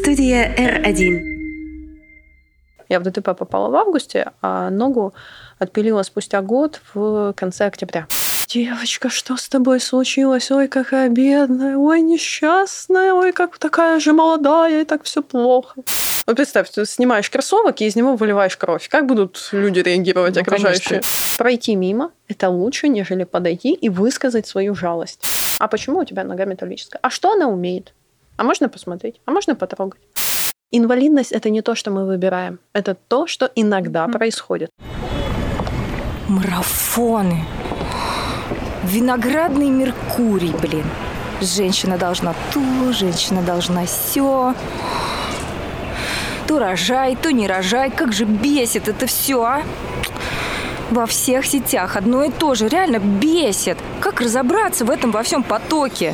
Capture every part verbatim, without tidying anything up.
Студия эр один. Я в ДТП попала в августе, а ногу отпилила спустя год в конце октября. Девочка, что с тобой случилось? Ой, какая бедная, ой, несчастная, ой, как такая же молодая, и так все плохо. Вот представь, ты снимаешь кроссовок и из него выливаешь кровь. Как будут люди реагировать, ну, окружающие? Конечно. Пройти мимо – это лучше, нежели подойти и высказать свою жалость. А почему у тебя нога металлическая? А что она умеет? А можно посмотреть? А можно потрогать? Инвалидность – это не то, что мы выбираем. Это то, что иногда mm-hmm. происходит. Марафоны. Виноградный Меркурий, блин. Женщина должна то, женщина должна сё. То рожай, то не рожай. Как же бесит это все, а? Во всех сетях одно и то же. Реально бесит. Как разобраться в этом во всем потоке?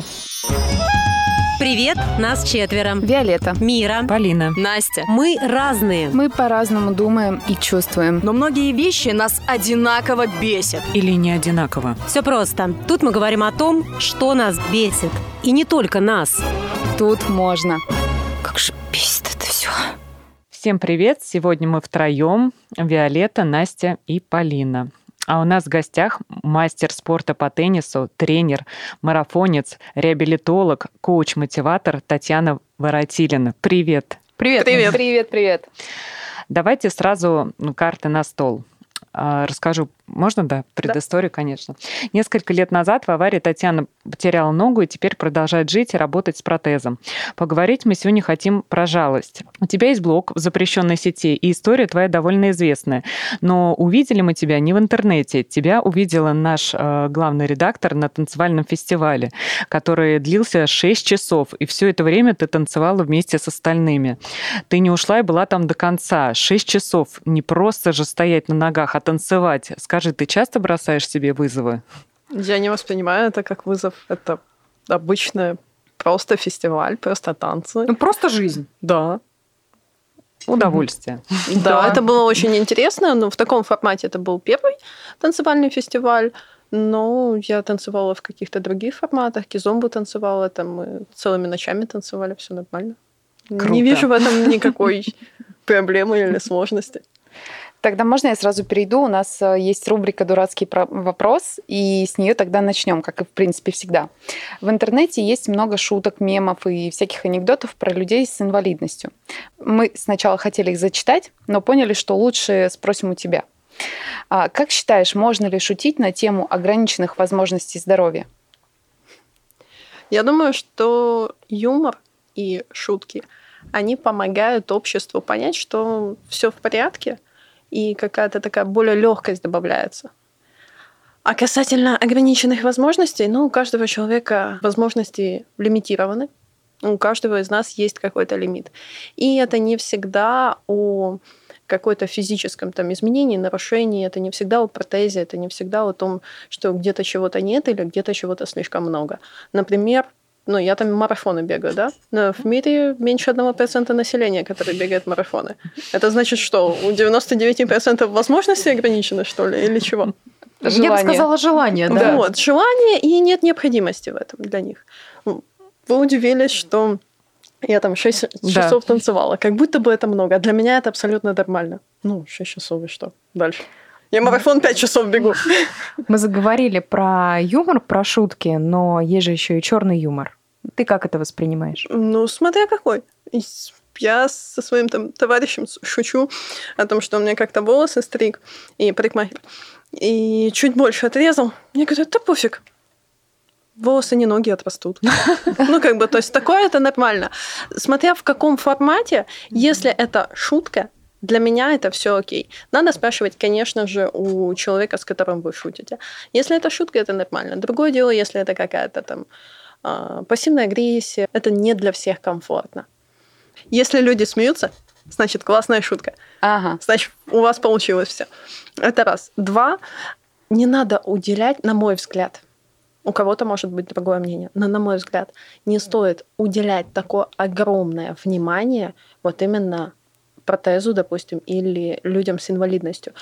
Привет, нас четверо. Виолетта, Мира, Полина, Настя. Мы разные. Мы по-разному думаем и чувствуем. Но многие вещи нас одинаково бесят. Или не одинаково. Все просто. Тут мы говорим о том, что нас бесит. И не только нас. Тут можно. Как же бесит это все. Всем привет. Сегодня мы втроем. Виолетта, Настя и Полина. А у нас в гостях мастер спорта по теннису, тренер, марафонец, реабилитолог, коуч-мотиватор Татьяна Воротилина. Привет. Привет. Привет. Привет, привет. Давайте сразу ну, карты на стол. Расскажу, можно, да, предысторию, да. Конечно. Несколько лет назад в аварии Татьяна потеряла ногу и теперь продолжает жить и работать с протезом. Поговорить мы сегодня хотим про жалость. У тебя есть блог в запрещенной сети, и история твоя довольно известная. Но увидели мы тебя не в интернете. Тебя увидела наш э, главный редактор на танцевальном фестивале, который длился шесть часов, и все это время ты танцевала вместе с остальными. Ты не ушла и была там до конца. шесть часов. Не просто же стоять на ногах, а танцевать. Скажи, ты часто бросаешь себе вызовы? Я не воспринимаю это как вызов. Это обычно просто фестиваль, просто танцы. Ну, просто жизнь. Да. Удовольствие. Да, да, это было очень интересно. Но в таком формате это был первый танцевальный фестиваль. Но я танцевала в каких-то других форматах. Кизомбу танцевала, там мы целыми ночами танцевали, все нормально. Круто. Не вижу в этом никакой проблемы или сложности. Тогда можно я сразу перейду? У нас есть рубрика «Дурацкий вопрос», и с нее тогда начнем, как и в принципе всегда. В интернете есть много шуток, мемов и всяких анекдотов про людей с инвалидностью. Мы сначала хотели их зачитать, но поняли, что лучше спросим у тебя. А как считаешь, можно ли шутить на тему ограниченных возможностей здоровья? Я думаю, что юмор и шутки, они помогают обществу понять, что все в порядке, и какая-то такая более легкость добавляется. А касательно ограниченных возможностей, ну, у каждого человека возможности лимитированы. У каждого из нас есть какой-то лимит. И это не всегда о какой-то физическом там изменении, нарушении, это не всегда о протезе, это не всегда о том, что где-то чего-то нет или где-то чего-то слишком много. Например, ну, я там марафоны бегаю, да? Но в мире меньше одного процента населения, которые бегают марафоны. Это значит, что у девяноста девяти процентов возможностей ограничены, что ли, или чего? Желание. Я бы сказала, желание, да. Да. Вот, желание, и нет необходимости в этом для них. Вы удивились, что я там шесть да. часов танцевала. Как будто бы это много. А для меня это абсолютно нормально. Ну, шесть часов и что? Дальше. Я марафон пять часов бегу. Мы заговорили про юмор, про шутки, но есть же еще и черный юмор. Ты как это воспринимаешь? Ну, смотря какой. Я со своим там товарищем шучу о том, что у меня как-то волосы стриг и парикмахер. И чуть больше отрезал. Мне говорят, да пофиг. Волосы не ноги отрастут. Ну, как бы, то есть такое это нормально. Смотря в каком формате, если это шутка, для меня это все окей. Надо спрашивать, конечно же, у человека, с которым вы шутите. Если это шутка, это нормально. Другое дело, если это какая-то там пассивная агрессия, это не для всех комфортно. Если люди смеются, значит, классная шутка. Ага. Значит, у вас получилось все. Это раз. Два. Не надо уделять, на мой взгляд, у кого-то может быть другое мнение, но, на мой взгляд, не стоит уделять такое огромное внимание вот именно протезу, допустим, или людям с инвалидностью.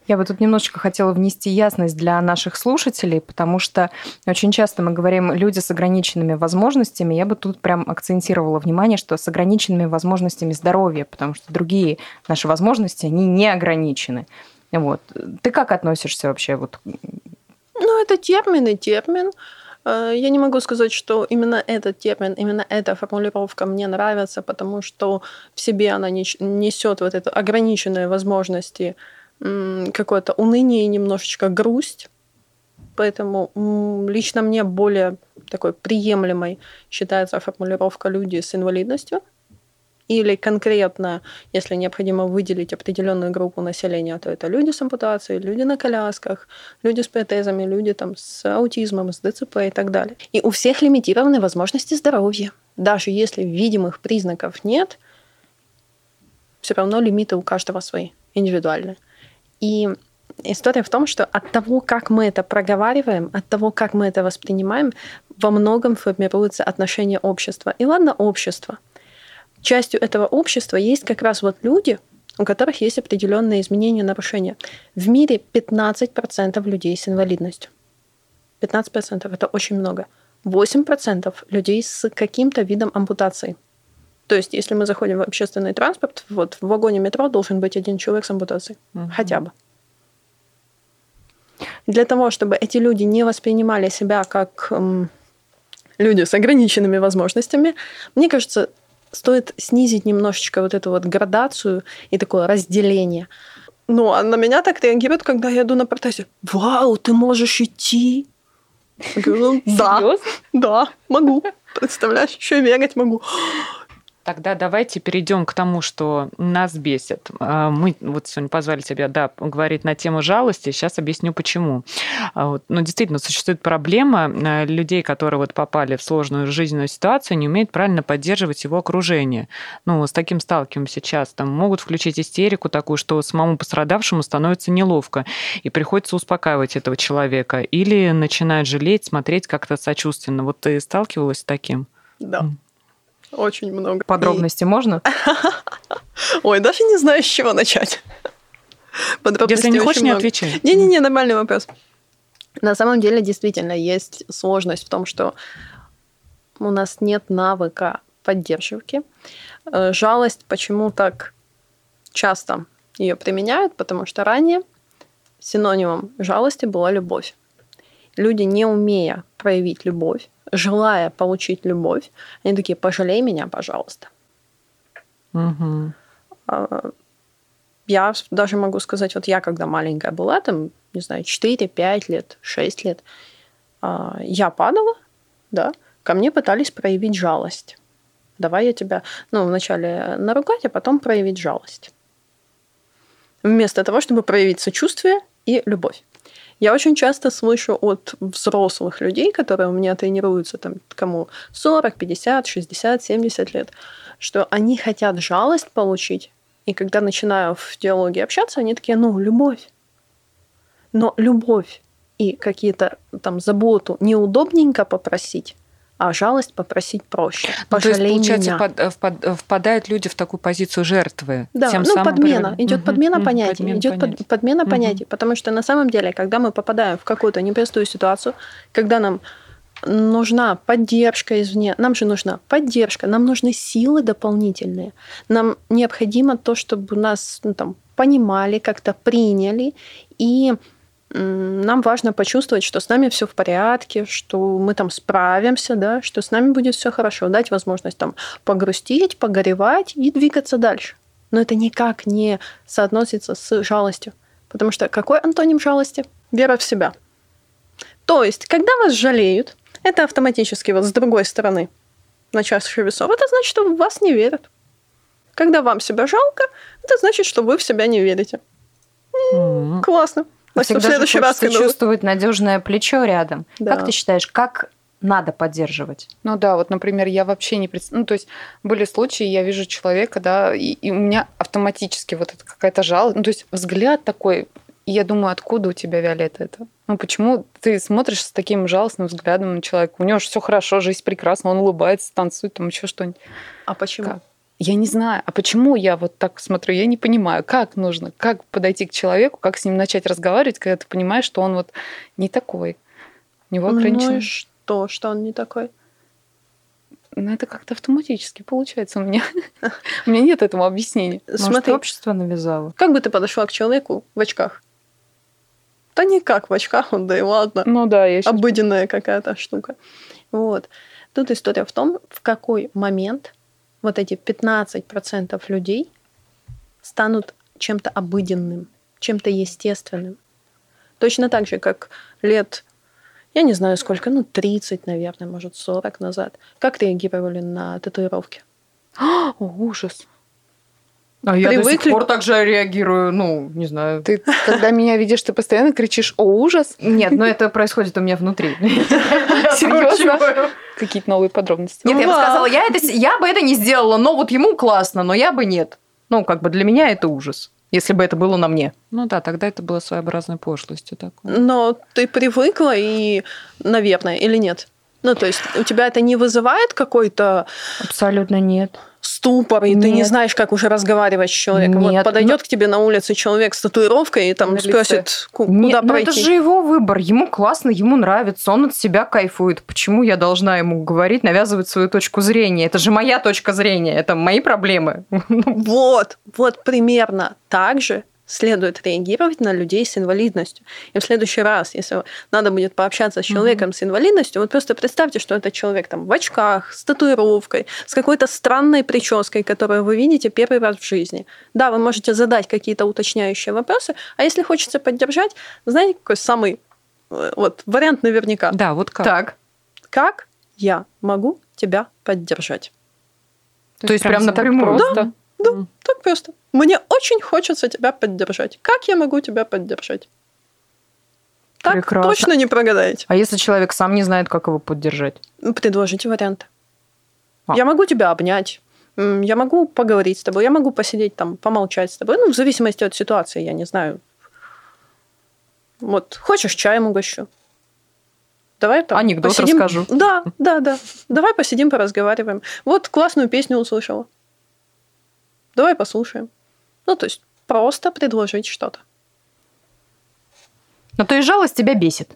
Я бы тут немножечко хотела внести ясность для наших слушателей, потому что очень часто мы говорим «люди с ограниченными возможностями». Я бы тут прям акцентировала внимание, что с ограниченными возможностями здоровья, потому что другие наши возможности, они не ограничены. Вот. Ты как относишься вообще? Вот? Ну, это термин и термин. Я не могу сказать, что именно этот термин, именно эта формулировка мне нравится, потому что в себе она несет вот это ограниченные возможности, какое-то уныние и немножечко грусть. Поэтому лично мне более такой приемлемой считается формулировка «люди с инвалидностью». Или конкретно, если необходимо выделить определенную группу населения, то это люди с ампутацией, люди на колясках, люди с протезами, люди там, с аутизмом, с ДЦП и так далее. И у всех лимитированы возможности здоровья. Даже если видимых признаков нет, все равно лимиты у каждого свои, индивидуальные. И история в том, что от того, как мы это проговариваем, от того, как мы это воспринимаем, во многом формируется отношение общества. И ладно, общество. Частью этого общества есть как раз вот люди, у которых есть определенные изменения, нарушения. В мире пятнадцать процентов людей с инвалидностью. пятнадцать процентов – это очень много. восемь процентов людей с каким-то видом ампутации. То есть, если мы заходим в общественный транспорт, вот в вагоне метро должен быть один человек с ампутацией. Mm-hmm. Хотя бы. Для того, чтобы эти люди не воспринимали себя как эм, люди с ограниченными возможностями, мне кажется, стоит снизить немножечко вот эту вот градацию и такое разделение. Ну, а на меня так реагируют, когда я иду на протезе. Вау, ты можешь идти? Я говорю, ну, да, да, могу. Представляешь, еще и бегать могу. Тогда давайте перейдем к тому, что нас бесит. Мы вот сегодня позвали тебя, да, говорить на тему жалости. Сейчас объясню, почему. Вот. Но действительно, существует проблема людей, которые вот попали в сложную жизненную ситуацию, не умеют правильно поддерживать его окружение. Ну, с таким сталкиваемся часто. Могут включить истерику такую, что самому пострадавшему становится неловко, и приходится успокаивать этого человека. Или начинают жалеть, смотреть как-то сочувственно. Вот ты сталкивалась с таким? Да. Очень много. Подробности и... можно? Ой, даже не знаю, с чего начать. Подробности Если не хочешь, много. Не отвечай. Не-не-не, нормальный вопрос. На самом деле, действительно, есть сложность в том, что у нас нет навыка поддержки. Жалость, почему так часто ее применяют, потому что ранее синонимом жалости была любовь. Люди, не умея проявить любовь, желая получить любовь, они такие: пожалей меня, пожалуйста. Угу. Я даже могу сказать, вот я, когда маленькая была, там, не знаю, четыре-пять лет, шесть лет, я падала, да, ко мне пытались проявить жалость. Давай я тебя, ну, вначале наругать, а потом проявить жалость. Вместо того, чтобы проявить сочувствие и любовь. Я очень часто слышу от взрослых людей, которые у меня тренируются, там, кому сорок, пятьдесят, шестьдесят, семьдесят лет, что они хотят жалость получить, и когда начинаю в диалоге общаться, они такие: ну, любовь. Но любовь и какие-то там заботу неудобненько попросить, а жалость попросить проще. Пожалей ну, то есть, меня. получается, под, впадают люди в такую позицию жертвы. Да, тем ну самым подмена. при... Идет угу, подмена угу, понятий. подмена Идет понятий. Под, подмена угу. понятий. Потому что на самом деле, когда мы попадаем в какую-то непростую ситуацию, когда нам нужна поддержка извне, нам же нужна поддержка, нам нужны силы дополнительные. Нам необходимо то, чтобы нас, ну, там, понимали, как-то приняли, и нам важно почувствовать, что с нами все в порядке, что мы там справимся, да, что с нами будет все хорошо, дать возможность там погрустить, погоревать и двигаться дальше. Но это никак не соотносится с жалостью. Потому что какой антоним жалости? Вера в себя. То есть, когда вас жалеют, это автоматически вот с другой стороны на чаше весов, это значит, что в вас не верят. Когда вам себя жалко, это значит, что вы в себя не верите. Mm-hmm. Классно. Всегда в следующий раз чувствовать надежное плечо рядом. Да. Как ты считаешь, как надо поддерживать? Ну да, вот, например, я вообще не представляю. Ну, то есть были случаи, я вижу человека, да, и, и у меня автоматически вот это какая-то жалость. Ну, то есть взгляд такой, и я думаю, откуда у тебя, Виолетта, это? Ну, почему ты смотришь с таким жалостным взглядом на человека? У него же все хорошо, жизнь прекрасна, он улыбается, танцует, там еще что-нибудь. А почему? Как? Я не знаю, а почему я вот так смотрю, я не понимаю, как нужно, как подойти к человеку, как с ним начать разговаривать, когда ты понимаешь, что он вот не такой. У него ограничено. Ну и что, что он не такой? Ну, это как-то автоматически получается у меня. У меня нет этому объяснения. Может, общество навязало. Как бы ты подошла к человеку в очках? Да никак в очках он, да и ладно. Ну да, я сейчас... Обыденная какая-то штука. Вот. Тут история в том, в какой момент вот эти пятнадцать процентов людей станут чем-то обыденным, чем-то естественным. Точно так же, как лет, я не знаю сколько, ну тридцать, наверное, может сорок назад. Как реагировали на татуировки? О, ужас. А я Привыкли. до сих пор так же реагирую, ну, не знаю. Ты, когда меня видишь, ты постоянно кричишь «О, ужас!» Нет, но это происходит у меня внутри. Серьезно? Какие-то новые подробности. Нет, Ну я бы да. сказала, я, это, я бы это не сделала, но вот ему классно, но я бы нет. Ну, как бы для меня это ужас, если бы это было на мне. Ну да, тогда это было своеобразной пошлостью такой. Но ты привыкла и, наверное, или нет? Ну, то есть у тебя это не вызывает какой-то Абсолютно нет. ступор, и ты не Нет. знаешь, как уже разговаривать с человеком. Нет, Вот подойдет но- к тебе на улице человек с татуировкой и там На лице. спросит, ку- Нет, куда ну пройти. это же его выбор, ему классно, ему нравится, он от себя кайфует. Почему я должна ему говорить, навязывать свою точку зрения? Это же моя точка зрения, это мои проблемы. Вот, вот примерно так же следует реагировать на людей с инвалидностью. И в следующий раз, если надо будет пообщаться с человеком с инвалидностью, вот просто представьте, что это человек там в очках, с татуировкой, с какой-то странной прической, которую вы видите первый раз в жизни. Да, вы можете задать какие-то уточняющие вопросы, а если хочется поддержать, знаете, какой самый э, вот вариант наверняка? Да, вот как. Так, Как я могу тебя поддержать? то есть прям за- напрямую. Просто. Да, так просто. Мне очень хочется тебя поддержать. Как я могу тебя поддержать? Так Прекрасно. точно не прогадаете. А если человек сам не знает, как его поддержать? Ну, предложите варианты. А. Я могу тебя обнять. М, Я могу поговорить с тобой. Я могу посидеть там, помолчать с тобой. Ну, в зависимости от ситуации, я не знаю. Вот, хочешь, чаем угощу? Давай там Анекдот посидим. расскажу. Да, да, да. Давай посидим, поразговариваем. Вот классную песню услышала. Давай послушаем. Ну, то есть просто предложить что-то. Ну, то есть жалость тебя бесит.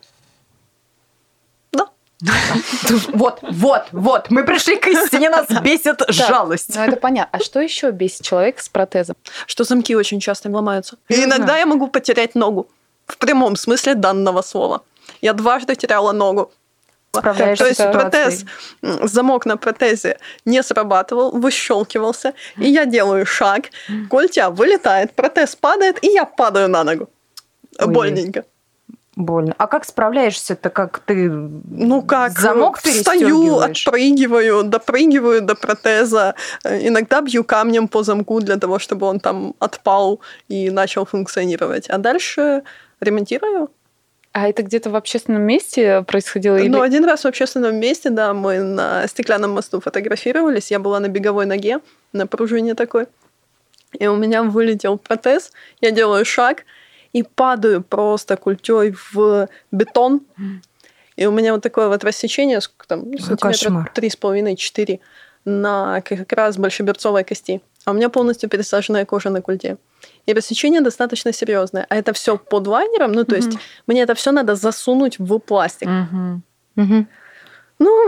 Да. Вот, вот, вот, мы пришли к истине, нас бесит жалость. Ну, это понятно. А что еще бесит человека с протезом? Что замки очень часто ломаются. И Я иногда знаю. я могу потерять ногу. В прямом смысле данного слова. Я дважды теряла ногу. Справляешься То с есть ситуацией. протез, м, замок на протезе не срабатывал, выщелкивался, и я делаю шаг, кольтя вылетает, протез падает, и я падаю на ногу. Ой. Больненько. Больно. А как справляешься-то, как ты Ну как, замок встаю, перестёгиваешь? отпрыгиваю, допрыгиваю до протеза, э, иногда бью камнем по замку для того, чтобы он там отпал и начал функционировать. А дальше ремонтирую. А это где-то в общественном месте происходило? Или... Ну, один раз в общественном месте, да, мы на Стеклянном мосту фотографировались. Я была на беговой ноге, на пружине такой. И у меня вылетел протез. Я делаю шаг и падаю просто культей в бетон. И у меня вот такое вот рассечение, сколько там, ну, сантиметра кошмар. три с половиной-четыре на как раз большеберцовой кости. А у меня полностью пересаженная кожа на культе. И рассечение достаточно серьезное. А это все под лайнером, ну, то есть мне это все надо засунуть в пластик. Мгм. Мгм. Ну,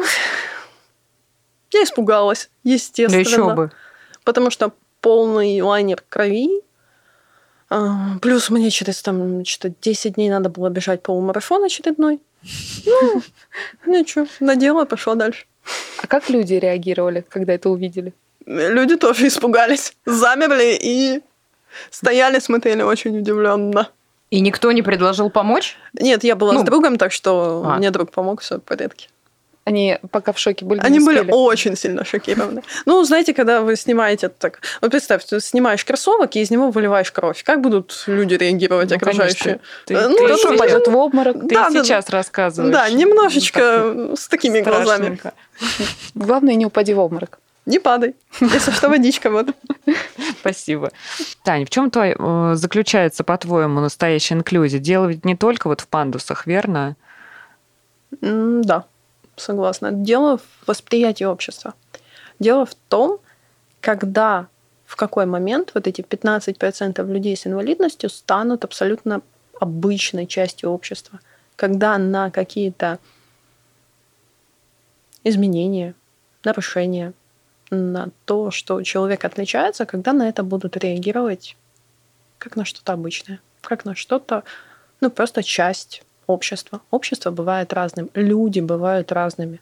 я испугалась, Да естественно. еще бы. Потому что полный лайнер крови. А, Плюс мне через там что-то десять дней надо было бежать полумарафон очередной. Ну, ничего, надела, пошла дальше. А как люди реагировали, когда это увидели? Люди тоже испугались, замерли и стояли, смотрели очень удивленно. И никто не предложил помочь? Нет, я была Ну, с другом, так что а. мне друг помог, все в порядке. Они пока в шоке были, Они не были успели? очень сильно шокированы. Ну, знаете, когда вы снимаете так... Вот представь, ты снимаешь кроссовок и из него выливаешь кровь. Как будут люди реагировать, Ну, окружающие? Ты, Э, ну, ты да, Кто-то сейчас- упадет в обморок. ты Да, да, сейчас рассказываешь. Да, Ну, немножечко так с такими глазами. страшненько. Главное, не упади в обморок. Не падай. Если что, водичка вот. Спасибо. Тань, в чем твой, э, заключается, по-твоему, настоящая инклюзия? Дело ведь не только вот в пандусах, верно? М, Да, согласна. Дело в восприятии общества. Дело в том, когда, в какой момент вот эти пятнадцать процентов людей с инвалидностью станут абсолютно обычной частью общества, когда на какие-то изменения, нарушения, на то, что человек отличается, когда на это будут реагировать как на что-то обычное, как на что-то, ну, просто часть общества. Общество бывает разным, люди бывают разными.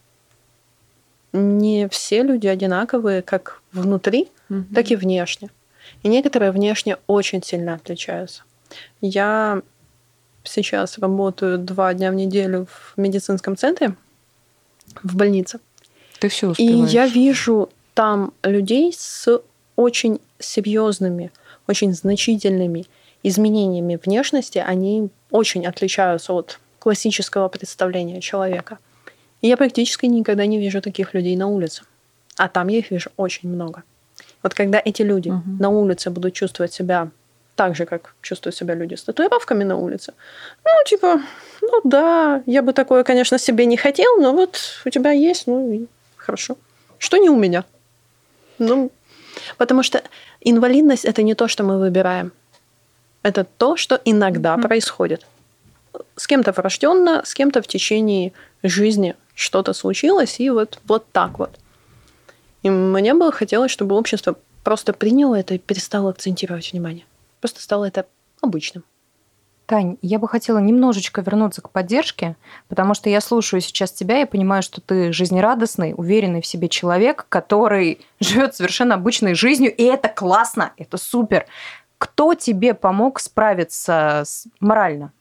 Не все люди одинаковые как внутри, mm-hmm. так и внешне. И некоторые внешне очень сильно отличаются. Я сейчас работаю два дня в неделю в медицинском центре, в больнице. Ты все успеваешь. И я вижу там людей с очень серьезными, очень значительными изменениями внешности. Они очень отличаются от классического представления человека. И я практически никогда не вижу таких людей на улице. А там я их вижу очень много. Вот когда эти люди угу. на улице будут чувствовать себя так же, как чувствуют себя люди с татуировками на улице, ну, типа, ну да, я бы такое, конечно, себе не хотел, но вот у тебя есть, ну, и хорошо. Что не у меня? Ну, потому что инвалидность – это не то, что мы выбираем. Это то, что иногда mm-hmm. происходит. С кем-то врожденно, с кем-то в течение жизни что-то случилось, и вот, вот так вот. И мне бы хотелось, чтобы общество просто приняло это и перестало акцентировать внимание. Просто стало это обычным. Тань, я бы хотела немножечко вернуться к поддержке, потому что я слушаю сейчас тебя и понимаю, что ты жизнерадостный, уверенный в себе человек, который живет совершенно обычной жизнью, и это классно, это супер. Кто тебе помог справиться с... морально?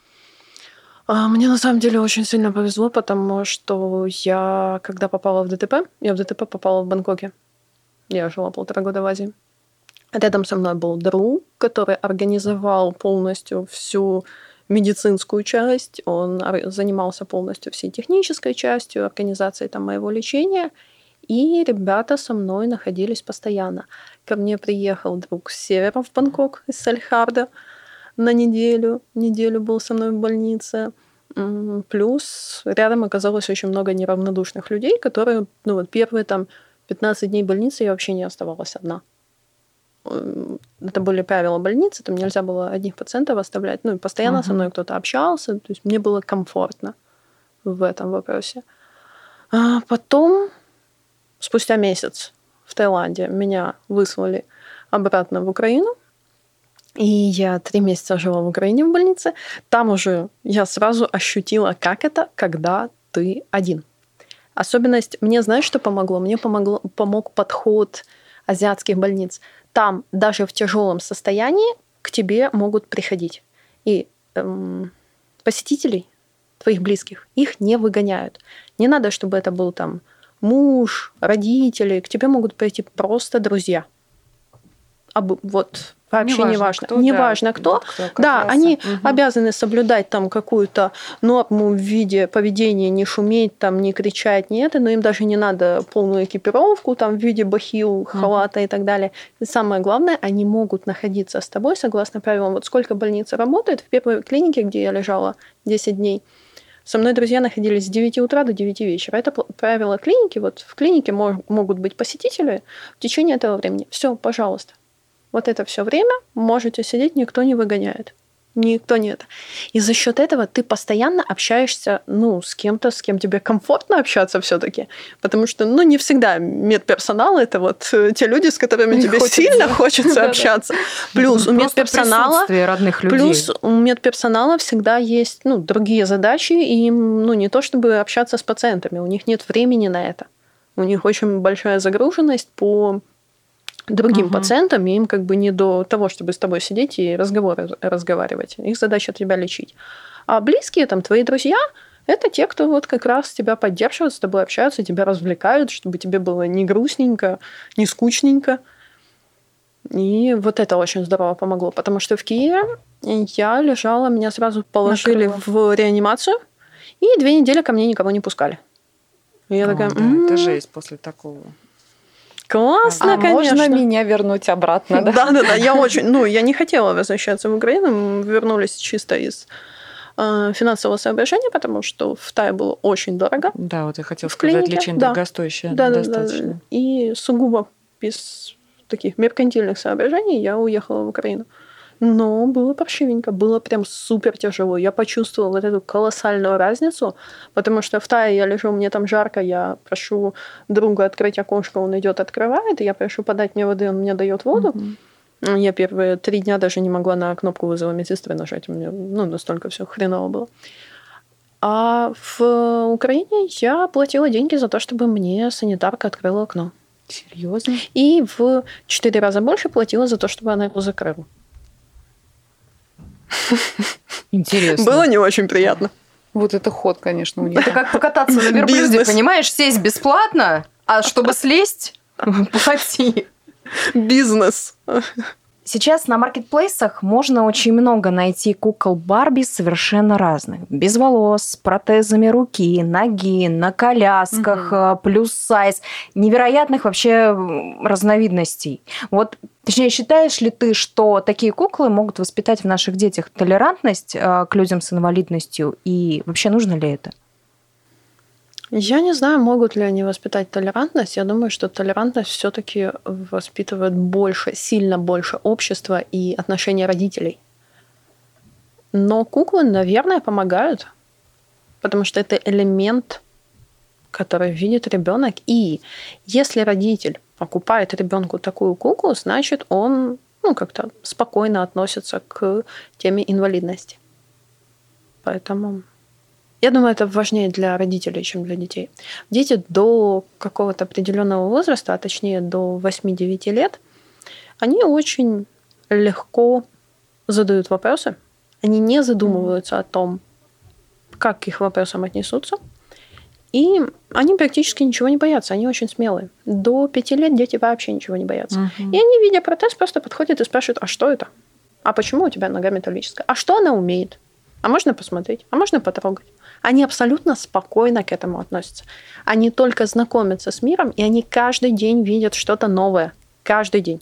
Мне на самом деле очень сильно повезло, потому что я, когда попала в ДТП, я в ДТП попала в Бангкоке. Я жила полтора года в Азии. Рядом со мной был друг, который организовал полностью всю медицинскую часть. Он занимался полностью всей технической частью, организацией там моего лечения. И ребята со мной находились постоянно. Ко мне приехал друг с севера в Бангкок, из Сальхарда, на неделю. Неделю был со мной в больнице. Плюс рядом оказалось очень много неравнодушных людей, которые, ну вот первые там пятнадцать дней больницы я вообще не оставалась одна. Это были правила больницы, там нельзя было одних пациентов оставлять. Ну, и постоянно uh-huh. со мной кто-то общался, то есть мне было комфортно в этом вопросе. А потом, спустя месяц в Таиланде, меня выслали обратно в Украину, и я три месяца жила в Украине в больнице. Там уже я сразу ощутила, как это, когда ты один. Особенность, мне знаешь, что помогло? Мне помогло, помог подход азиатских больниц. Там даже в тяжелом состоянии к тебе могут приходить. И эм, посетителей, твоих близких, их не выгоняют. Не надо, чтобы это был там муж, родители. К тебе могут прийти просто друзья. Об, вот вообще не важно. Не важно кто. кто. кто да, они угу. обязаны соблюдать там какую-то норму в виде поведения, не шуметь, там, не кричать, не это, но им даже не надо полную экипировку там, в виде бахил, халата угу. и так далее. И самое главное, они могут находиться с тобой согласно правилам. Вот сколько больница работает, в первой клинике, где я лежала десять дней, со мной друзья находились с девяти утра до девяти вечера. Это правило клиники. Вот в клинике могут быть посетители в течение этого времени. Все, пожалуйста. Вот это все время можете сидеть, никто не выгоняет. Никто не это. И за счет этого ты постоянно общаешься, ну, с кем-то, с кем тебе комфортно общаться все-таки. Потому что, ну, не всегда медперсонал – это вот те люди, с которыми не тебе хочется. Сильно хочется общаться. Плюс у медперсонала, родных людей. Плюс у медперсонала всегда есть, ну, другие задачи, и им, ну, не то чтобы общаться с пациентами, у них нет времени на это. У них очень большая загруженность по другим uh-huh. пациентам, и им как бы не до того, чтобы с тобой сидеть и разговоры разговаривать. Их задача тебя лечить. А близкие, там, твои друзья, это те, кто вот как раз тебя поддерживают, с тобой общаются, тебя развлекают, чтобы тебе было не грустненько, не скучненько. И вот это очень здорово помогло, потому что в Киеве я лежала, меня сразу положили Накрыло. в реанимацию, и две недели ко мне никого не пускали. И я О, такая... Да, это жесть после такого. Классно, а конечно. можно меня вернуть обратно, да? Да, да, да. Я очень, ну, я не хотела возвращаться в Украину. Мы вернулись чисто из э, финансового соображения, потому что в Тае было очень дорого. Да, вот я хотела в сказать, клинике. лечение да. дорогостоящее да, достаточно. Да, да. И сугубо без таких меркантильных соображений я уехала в Украину. Но было паршивенько, было прям супер тяжело. Я почувствовала вот эту колоссальную разницу, потому что в Тае я лежу, мне там жарко, я прошу друга открыть окошко, он идет, открывает, и я прошу подать мне воды, он мне дает воду. Mm-hmm. Я первые три дня даже не могла на кнопку вызова медсестры нажать, у меня ну, настолько все хреново было. А в Украине я платила деньги за то, чтобы мне санитарка открыла окно. Серьезно? И в четыре раза больше платила за то, чтобы она его закрыла. Интересно. Было не очень приятно. Вот это ход, конечно, у них. Это как покататься на верблюде, понимаешь? Сесть бесплатно, а чтобы слезть, плати. Бизнес. Сейчас на маркетплейсах можно очень много найти кукол Барби совершенно разных. Без волос, с протезами руки, ноги, на колясках, угу. плюс сайз. Невероятных вообще разновидностей. Вот, точнее, считаешь ли ты, что такие куклы могут воспитать в наших детях толерантность к людям с инвалидностью? И вообще нужно ли это? Я не знаю, могут ли они воспитать толерантность. Я думаю, что толерантность все-таки воспитывает больше, сильно больше общества и отношения родителей. Но куклы, наверное, помогают, потому что это элемент, который видит ребенок. И если родитель покупает ребенку такую куклу, значит, он ну, как-то спокойно относится к теме инвалидности. Поэтому... Я думаю, это важнее для родителей, чем для детей. Дети до какого-то определенного возраста, а точнее до восьми-девяти лет, они очень легко задают вопросы. Они не задумываются о том, как к их вопросам отнесутся. И они практически ничего не боятся, они очень смелые. До пяти лет дети вообще ничего не боятся. Uh-huh. И они, видя протез, просто подходят и спрашивают, а что это? А почему у тебя нога металлическая? А что она умеет? А можно посмотреть? А можно потрогать? Они абсолютно спокойно к этому относятся. Они только знакомятся с миром, и они каждый день видят что-то новое. Каждый день.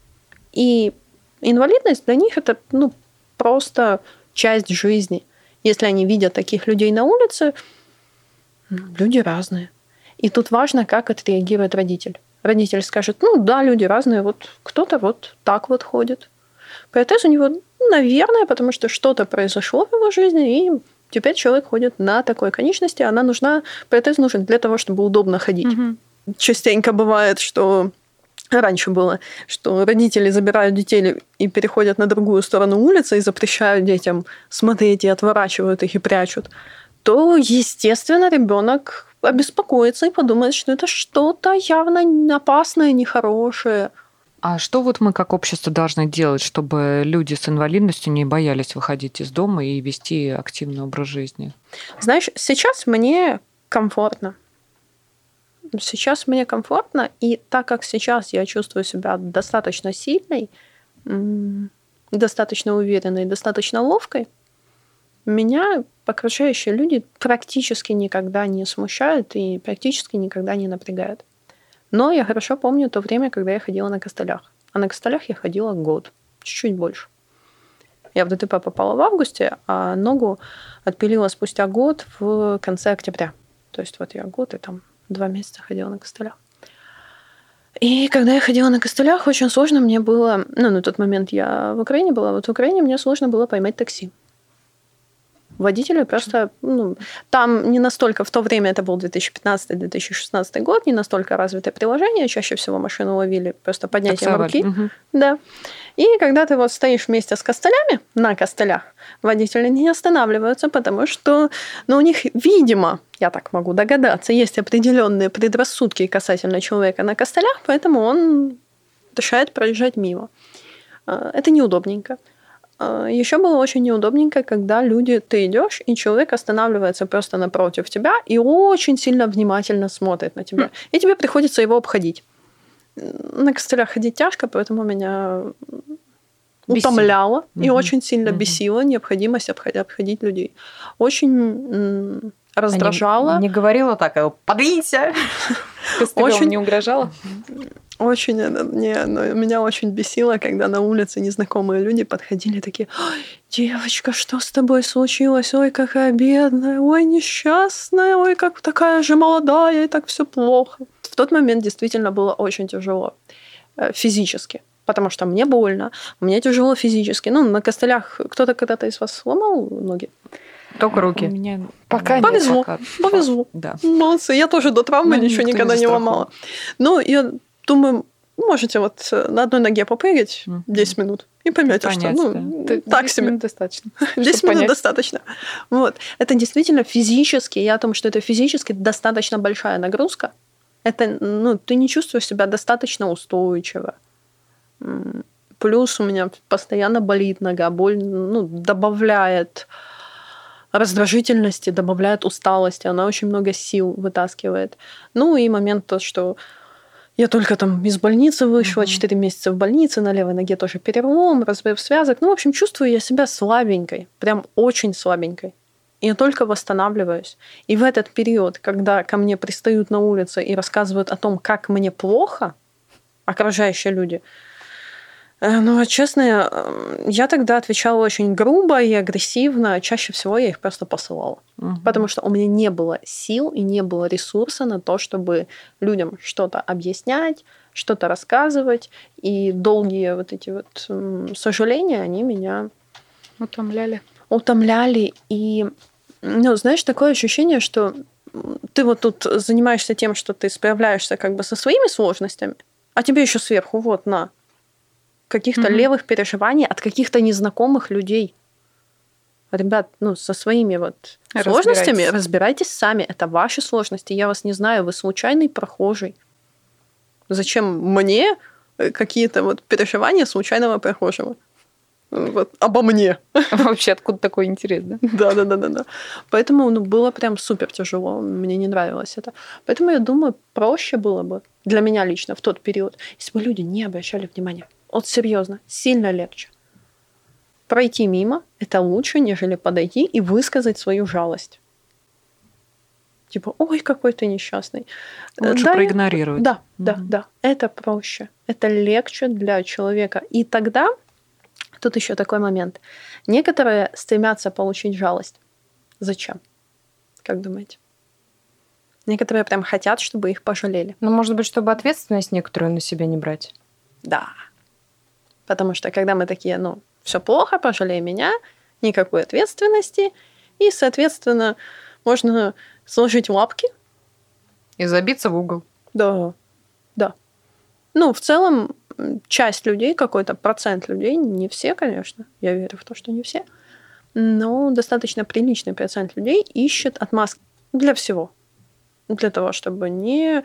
И инвалидность для них это ну, просто часть жизни. Если они видят таких людей на улице, люди разные. И тут важно, как отреагирует родитель. Родитель скажет, ну да, люди разные, вот кто-то вот так вот ходит. Протез у него, наверное, потому что что-то произошло в его жизни, и теперь человек ходит на такой конечности, она нужна, протез нужен для того, чтобы удобно ходить. Угу. Частенько бывает, что раньше было, что родители забирают детей и переходят на другую сторону улицы и запрещают детям смотреть и отворачивают их и прячут, то, естественно, ребенок обеспокоится и подумает, что это что-то явно опасное, нехорошее. А что вот мы как общество должны делать, чтобы люди с инвалидностью не боялись выходить из дома и вести активный образ жизни? Знаешь, сейчас мне комфортно. Сейчас мне комфортно, и так как сейчас я чувствую себя достаточно сильной, достаточно уверенной, достаточно ловкой, меня окружающие люди практически никогда не смущают и практически никогда не напрягают. Но я хорошо помню то время, когда я ходила на костылях. А на костылях я ходила год, чуть-чуть больше. Я в ДТП попала в августе, а ногу отпилила спустя год в конце октября. То есть вот я год и там два месяца ходила на костылях. И когда я ходила на костылях, очень сложно мне было... Ну, на тот момент я в Украине была. Вот в Украине мне сложно было поймать такси. Водители просто... Ну, там не настолько... В то время это был две тысячи пятнадцатый - две тысячи шестнадцатый год, не настолько развитое приложение. Чаще всего машину ловили просто поднятием руки. Угу. Да. И когда ты вот стоишь вместе с костылями, на костылях, водители не останавливаются, потому что ну, у них, видимо, я так могу догадаться, есть определенные предрассудки касательно человека на костылях, поэтому он решает проезжать мимо. Это неудобненько. Еще было очень неудобненько, когда люди, ты идешь, и человек останавливается просто напротив тебя и очень сильно внимательно смотрит на тебя. И тебе приходится его обходить. На костылях ходить тяжко, поэтому меня бесило. Утомляло угу. и очень сильно угу. бесило необходимость обходить людей. Очень раздражало. Не, не говорила так, подвинься. Костылем не угрожала? Очень, не, ну, меня очень бесило, когда на улице незнакомые люди подходили такие: ой, девочка, что с тобой случилось? Ой, какая бедная, ой, несчастная, ой, как такая же молодая, и так все плохо. В тот момент действительно было очень тяжело. физически, потому что мне больно, мне тяжело физически. Ну, на костылях кто-то когда-то из вас сломал ноги? Только руки. У меня Пока повезло, пока... повезло. Да. Молодцы, я тоже до травмы Ну, ничего никто никогда не не застрахован. ломала. Ну, я думаю, можете вот на одной ноге попрыгать Мгм. десять минут и поймете, что Понять, ну, Т- так десять себе. минут достаточно. десять чтобы минут понять. достаточно. Вот. Это действительно физически, я о том, что это физически достаточно большая нагрузка. Это, ну, ты не чувствуешь себя достаточно устойчиво. М, Плюс у меня постоянно болит нога, боль, ну, добавляет раздражительности, добавляет усталости, она очень много сил вытаскивает. Ну и момент то, что я только там из больницы вышла, Мгм. четыре месяца в больнице, на левой ноге тоже перелом, разрыв связок. Ну, в общем, чувствую я себя слабенькой, прям очень слабенькой. И я только восстанавливаюсь. И в этот период, когда ко мне пристают на улице и рассказывают о том, как мне плохо, окружающие люди, э, ну, честно, э, я тогда отвечала очень грубо и агрессивно. Чаще всего я их просто посылала. Мгм. Потому что у меня не было сил и не было ресурса на то, чтобы людям что-то объяснять, что-то рассказывать. И долгие вот эти вот м, сожаления, они меня Утомляли. утомляли. И, ну, знаешь, такое ощущение, что м, ты вот тут занимаешься тем, что ты справляешься как бы со своими сложностями, а тебе еще сверху вот на каких-то Мгм. левых переживаний от каких-то незнакомых людей. Ребят, ну, со своими вот сложностями Разбирайтесь. разбирайтесь сами. Это ваши сложности. Я вас не знаю, вы случайный прохожий. Зачем мне э, какие-то вот переживания случайного прохожего? Вот, обо мне. Вообще, откуда такой интерес, да? Да, да, да, да, да. Поэтому ну, было прям супер тяжело. Мне не нравилось это. Поэтому я думаю, проще было бы для меня лично в тот период, если бы люди не обращали внимания. Вот серьезно, сильно легче. Пройти мимо – это лучше, нежели подойти и высказать свою жалость. Типа, ой, какой ты несчастный. Лучше Да, я- проигнорировать. Да, да, Мгм. да. Это проще. Это легче для человека. И тогда, тут еще такой момент. Некоторые стремятся получить жалость. Зачем? Как думаете? Некоторые прям хотят, чтобы их пожалели. Ну, может быть, чтобы ответственность некоторую на себя не брать. Да. Потому что когда мы такие, ну, все плохо, пожалей меня, никакой ответственности, и, соответственно, можно сложить лапки. И забиться в угол. Да, да. Ну, в целом, м, часть людей, какой-то процент людей, не все, конечно, я верю в то, что не все, но достаточно приличный процент людей ищет отмазки для всего. Для того, чтобы не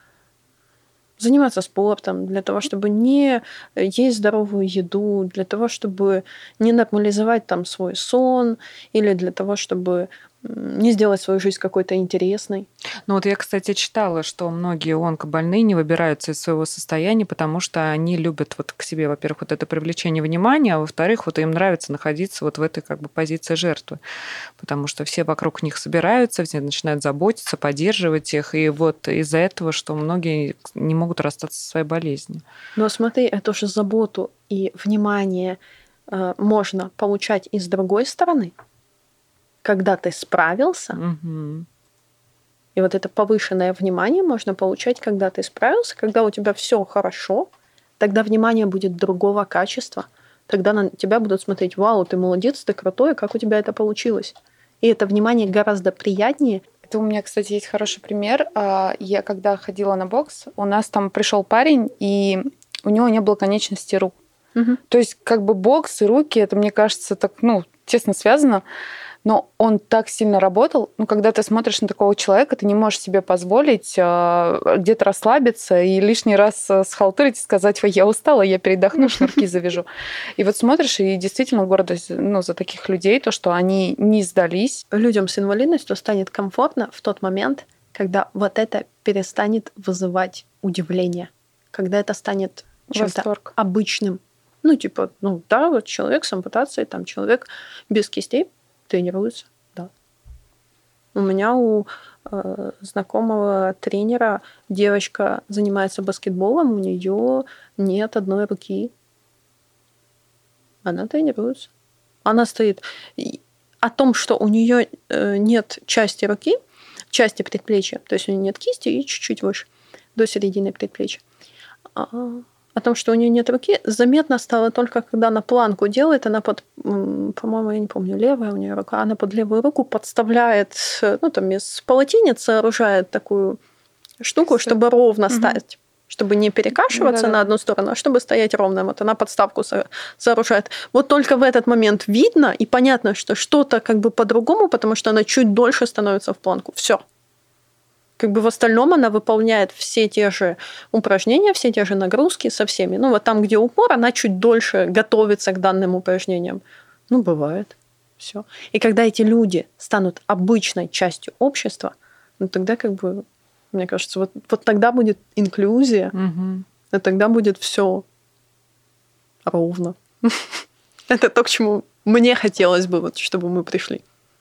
заниматься спортом, для того, чтобы не есть здоровую еду, для того, чтобы не нормализовать там свой сон, или для того, чтобы м, не сделать свою жизнь какой-то интересной. Ну вот я, кстати, читала, что многие онкобольные не выбираются из своего состояния, потому что они любят вот к себе, во-первых, вот это привлечение внимания, а во-вторых, вот им нравится находиться вот в этой как бы позиции жертвы, потому что все вокруг них собираются, все начинают заботиться, поддерживать их, и вот из-за этого, что многие не могут расстаться со своей болезнью. Но смотри, эту же заботу и внимание э, можно получать и с другой стороны, когда ты справился, Мгм. и вот это повышенное внимание можно получать, когда ты справился, когда у тебя все хорошо, тогда внимание будет другого качества, тогда на тебя будут смотреть: вау, ты молодец, ты крутой, как у тебя это получилось. И это внимание гораздо приятнее. Это у меня, кстати, есть хороший пример. А, Я когда ходила на бокс, у нас там пришел парень, и у него не было конечности рук. Мгм. То есть как бы бокс и руки, это, мне кажется, так, ну, тесно связано. Но он так сильно работал. Ну, когда ты смотришь на такого человека, ты не можешь себе позволить а, где-то расслабиться и лишний раз а, схалтурить и сказать: ой, я устала, я передохну, шнурки завяжу. И вот смотришь, и действительно гордость, ну, за таких людей, то, что они не сдались. Людям с инвалидностью станет комфортно в тот момент, когда вот это перестанет вызывать удивление, когда это станет чем-то Восторг. обычным. Ну, типа, ну да, вот человек с ампутацией, там человек без кистей тренируется, да. У меня у э, знакомого тренера девочка занимается баскетболом, у нее нет одной руки. Она тренируется. Она стоит. И о том, что у нее э, нет части руки, части предплечья, то есть у нее нет кисти и чуть-чуть выше, до середины предплечья. А, о том, что у нее нет руки, заметно стало только, когда она планку делает, она под, по-моему, я не помню, левая у нее рука, она под левую руку подставляет, ну, там, из полотенец сооружает такую штуку, чтобы ровно угу. стать. Чтобы не перекашиваться да, да, на одну сторону, а чтобы стоять ровно. Вот она подставку сооружает. Вот только в этот момент видно и понятно, что что-то как бы по-другому, потому что она чуть дольше становится в планку. Все. Как бы в остальном она выполняет все те же упражнения, все те же нагрузки со всеми. Ну вот там, где упор, она чуть дольше готовится к данным упражнениям. Ну, бывает. Все. И когда эти люди станут обычной частью общества, ну тогда как бы мне кажется, вот, вот тогда будет инклюзия, угу. и тогда будет все ровно. Это то, к чему мне хотелось бы, вот, чтобы мы пришли.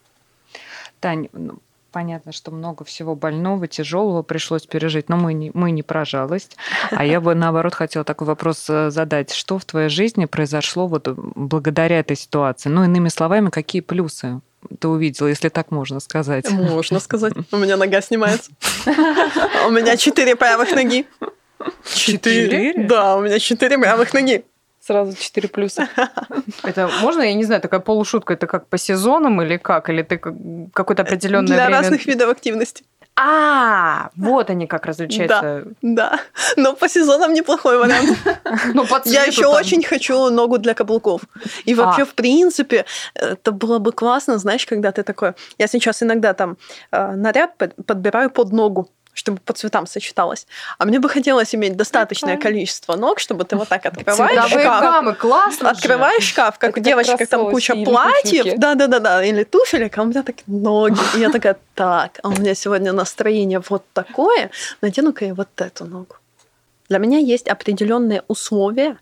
Тань, ну, понятно, что много всего больного, тяжелого пришлось пережить, но мы не, мы не про жалость. А я бы, наоборот, хотела такой вопрос задать. Что в твоей жизни произошло вот благодаря этой ситуации? Ну, иными словами, какие плюсы ты увидела, если так можно сказать? Можно сказать. У меня нога снимается. У меня четыре правых ноги. Четыре? Да, у меня четыре правых ноги. Сразу четыре плюса. Это можно, я не знаю, такая полушутка, это как по сезонам или как? Или ты какое-то определенное Для время... разных видов активности. А, вот они как различаются. Да, да. Но по сезонам неплохой вариант. Ну, по Я еще там. очень хочу ногу для каблуков. И вообще, а. в принципе, это было бы классно, знаешь, когда ты такой... Я сейчас иногда там наряд подбираю под ногу, чтобы по цветам сочеталось. А мне бы хотелось иметь достаточное количество ног, чтобы ты вот так открываешь Цветовые шкаф. Гаммы, классно Открываешь же. шкаф, как это у девочек, как там куча платьев. Да-да-да, или туфелек, а у меня так ноги. И я такая, так, а у меня сегодня настроение вот такое, надену-ка я вот эту ногу. Для меня есть определенные условия,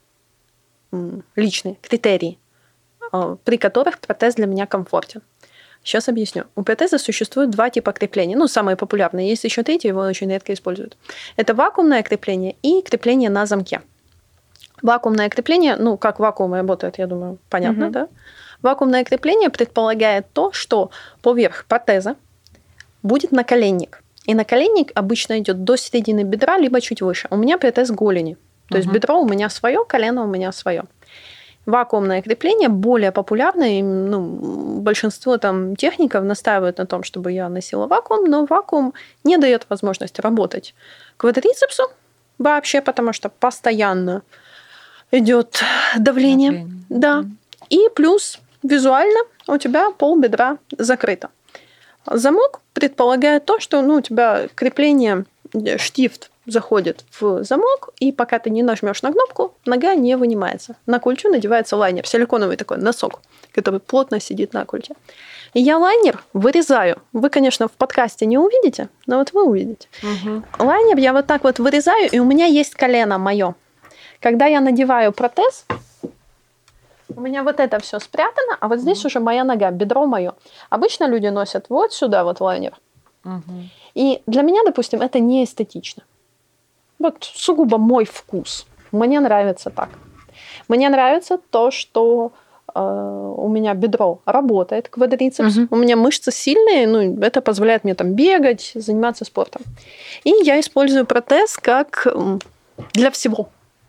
личные, критерии, при которых протез для меня комфортен. Сейчас объясню. У протеза существует два типа крепления. Ну, самые популярные. Есть еще третий, его очень редко используют. Это вакуумное крепление и крепление на замке. Вакуумное крепление, ну, как вакуум работает, я думаю, понятно, угу. да? Вакуумное крепление предполагает то, что поверх протеза будет наколенник. И наколенник обычно идет до середины бедра, либо чуть выше. У меня протез голени. То угу. есть бедро у меня свое, колено у меня свое. Вакуумное крепление более популярное, и, ну, большинство там техников настаивают на том, чтобы я носила вакуум, но вакуум не дает возможности работать квадрицепсу вообще, потому что постоянно идет давление. давление. Да. И плюс визуально у тебя пол бедра закрыто. Замок предполагает то, что ну, у тебя крепление, штифт заходит в замок, и пока ты не нажмешь на кнопку, нога не вынимается. На культю надевается лайнер, силиконовый такой носок, который плотно сидит на культе. И я лайнер вырезаю. Вы, конечно, в подкасте не увидите, но вот вы увидите. Угу. Лайнер я вот так вот вырезаю, и у меня есть колено мое. Когда я надеваю протез, у меня вот это все спрятано, а вот здесь угу. уже моя нога, бедро мое. Обычно люди носят вот сюда вот лайнер. Угу. И для меня, допустим, это не эстетично. Вот сугубо мой вкус. Мне нравится так. Мне нравится то, что э, у меня бедро работает, квадрицепс. Угу. У меня мышцы сильные, ну, это позволяет мне там бегать, заниматься спортом. И я использую протез как для всего.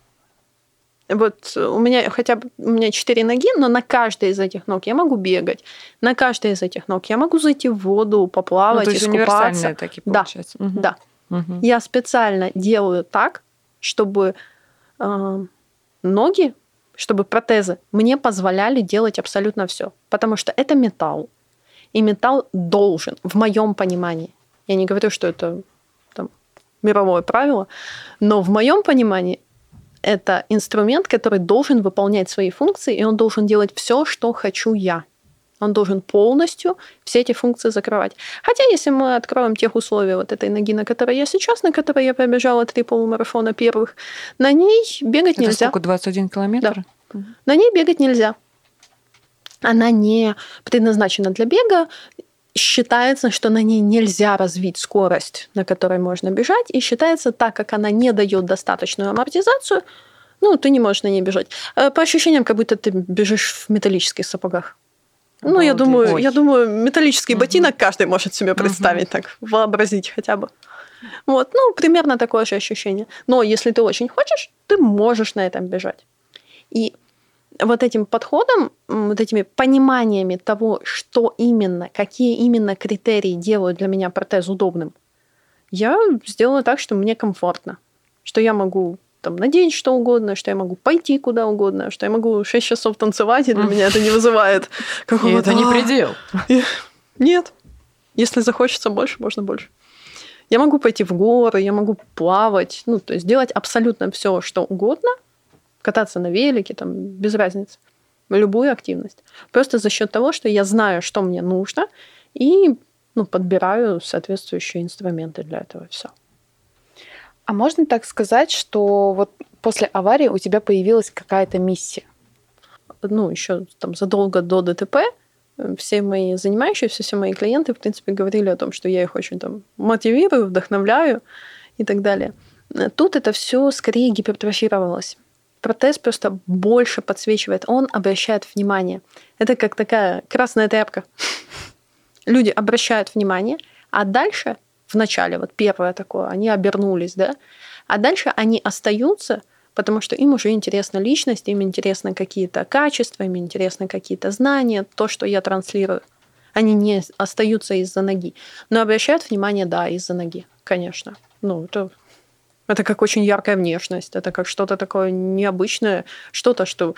Вот у меня хотя бы у меня четыре ноги, но на каждой из этих ног я могу бегать. На каждой из этих ног я могу зайти в воду, поплавать, ну, то есть искупаться. Универсальные такие, получается. Да, угу. да. Угу. Я специально делаю так, чтобы э, ноги, чтобы протезы мне позволяли делать абсолютно все, потому что это металл, и металл должен, в моем понимании, я не говорю, что это там, мировое правило, но в моем понимании это инструмент, который должен выполнять свои функции, и он должен делать все, что хочу я. Он должен полностью все эти функции закрывать. Хотя, если мы откроем тех условий вот этой ноги, на которой я сейчас, на которой я пробежала три полумарафона первых, на ней бегать это нельзя. Это сколько, двадцать один километр? Да. Угу. На ней бегать нельзя. Она не предназначена для бега. Считается, что на ней нельзя развить скорость, на которой можно бежать. И считается, так как она не дает достаточную амортизацию, ну, ты не можешь на ней бежать. По ощущениям, как будто ты бежишь в металлических сапогах. Ну, я думаю, я думаю, металлический угу. ботинок каждый может себе представить, угу. так, вообразить хотя бы. Вот, ну, примерно такое же ощущение. Но если ты очень хочешь, ты можешь на этом бежать. И вот этим подходом, вот этими пониманиями того, что именно, какие именно критерии делают для меня протез удобным, я сделала так, что мне комфортно. Что я могу там надеть что угодно, что я могу пойти куда угодно, что я могу шесть часов танцевать, и для меня это не вызывает какого-то... И это не предел. Нет. Если захочется больше, можно больше. Я могу пойти в горы, я могу плавать, ну, то есть делать абсолютно все, что угодно, кататься на велике, там, без разницы, любую активность. Просто за счет того, что я знаю, что мне нужно, и ну, подбираю соответствующие инструменты для этого. Все. А можно так сказать, что вот после аварии у тебя появилась какая-то миссия? Ну, еще там задолго до ДТП все мои занимающиеся, все мои клиенты, в принципе, говорили о том, что я их очень там мотивирую, вдохновляю и так далее. Тут это все скорее гипертрофировалось. Протез просто больше подсвечивает, он обращает внимание. Это как такая красная тряпка. Люди обращают внимание, а дальше, в начале, вот первое такое, они обернулись, да, а дальше они остаются, потому что им уже интересна личность, им интересны какие-то качества, им интересны какие-то знания, то, что я транслирую. Они не остаются из-за ноги. Но обращают внимание, да, из-за ноги, конечно. Ну, это, это как очень яркая внешность, это как что-то такое необычное, что-то, что...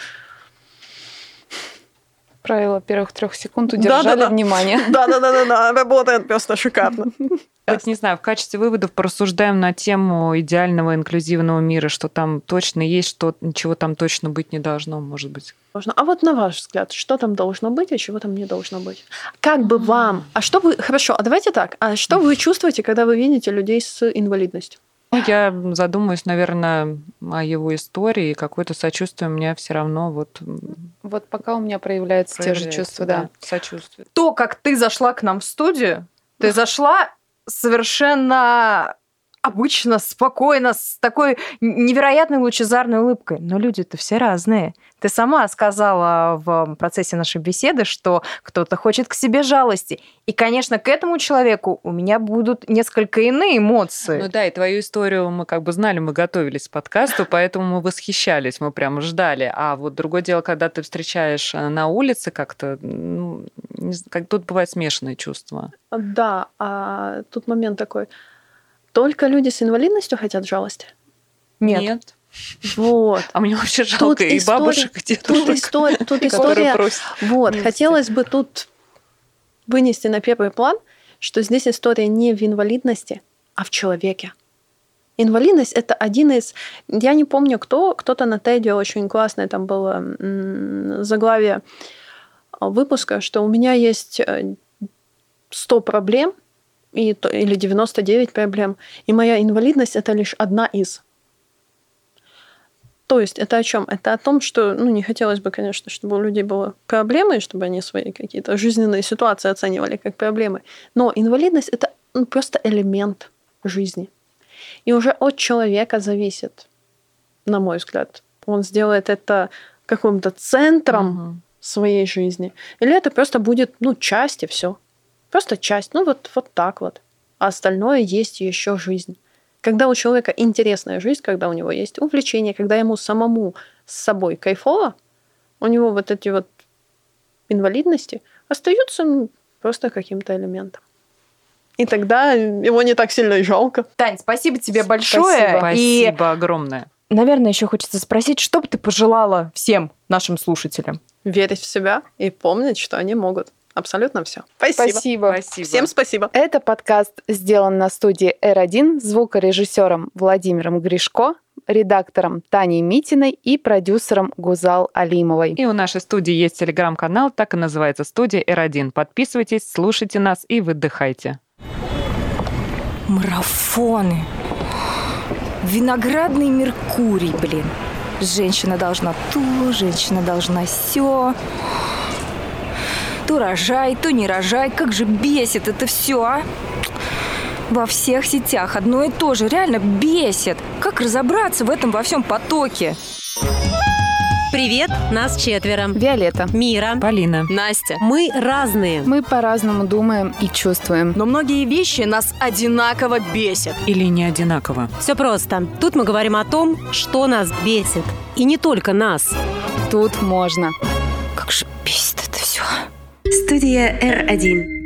Правило первых трех секунд удержали да, да, да. внимание. Да-да-да, работает просто шикарно. Вот, не знаю, в качестве выводов порассуждаем на тему идеального инклюзивного мира, что там точно есть, что ничего там точно быть не должно, может быть. А вот на ваш взгляд, что там должно быть, а чего там не должно быть? Как бы вам... А что вы... Хорошо, а давайте так. А что вы чувствуете, когда вы видите людей с инвалидностью? Я задумаюсь, наверное, о его истории, и какое-то сочувствие у меня все равно вот... Вот пока у меня проявляются те же чувства, да. да. Сочувствие. То, как ты зашла к нам в студию, ты зашла совершенно обычно, спокойно, с такой невероятной лучезарной улыбкой. Но люди-то все разные. Ты сама сказала в процессе нашей беседы, что кто-то хочет к себе жалости. И, конечно, к этому человеку у меня будут несколько иные эмоции. Ну да, и твою историю мы как бы знали, мы готовились к подкасту, поэтому мы восхищались, мы прям ждали. А вот другое дело, когда ты встречаешь на улице как-то, ну, как тут бывают смешанные чувства. Да, а тут момент такой. Только люди с инвалидностью хотят жалости? Нет. Нет. Вот. А мне вообще жалко тут и история, бабушек, и дедушек. Тут история, тут история вот, хотелось бы тут вынести на первый план, что здесь история не в инвалидности, а в человеке. Инвалидность – это один из... Я не помню, кто, кто-то на Теде очень классное там было заглавие выпуска, что у меня есть сто проблем, И, или девяносто девять проблем. И моя инвалидность – это лишь одна из. То есть это о чем? Это о том, что ну, не хотелось бы, конечно, чтобы у людей были проблемы, чтобы они свои какие-то жизненные ситуации оценивали как проблемы. Но инвалидность – это ну, просто элемент жизни. И уже от человека зависит, на мой взгляд. Он сделает это каким-то центром угу. своей жизни. Или это просто будет ну, часть и все. Просто часть, ну вот, вот так вот. А остальное есть еще жизнь. Когда у человека интересная жизнь, когда у него есть увлечение, когда ему самому с собой кайфово, у него вот эти вот инвалидности остаются ну, просто каким-то элементом. И тогда его не так сильно и жалко. Тань, спасибо тебе большое. Спасибо, и, спасибо огромное. Наверное, еще хочется спросить, что бы ты пожелала всем нашим слушателям? Верить в себя и помнить, что они могут. Абсолютно все. Спасибо. Спасибо. Спасибо. Всем спасибо. Это подкаст сделан на студии эр один звукорежиссером Владимиром Гришко, редактором Таней Митиной и продюсером Гузал Алимовой. И у нашей студии есть телеграм-канал, так и называется «Студия эр один». Подписывайтесь, слушайте нас и выдыхайте. Марафоны. Виноградный Меркурий, блин. Женщина должна то, женщина должна сё. То рожай, то не рожай. Как же бесит это все, а? Во всех сетях одно и то же. Реально бесит. Как разобраться в этом во всем потоке? Привет, нас четверо. Виолетта. Мира. Полина. Настя. Мы разные. Мы по-разному думаем и чувствуем. Но многие вещи нас одинаково бесят. Или не одинаково. Все просто. Тут мы говорим о том, что нас бесит. И не только нас. Тут можно. Как же бесит это все. Студия эр один.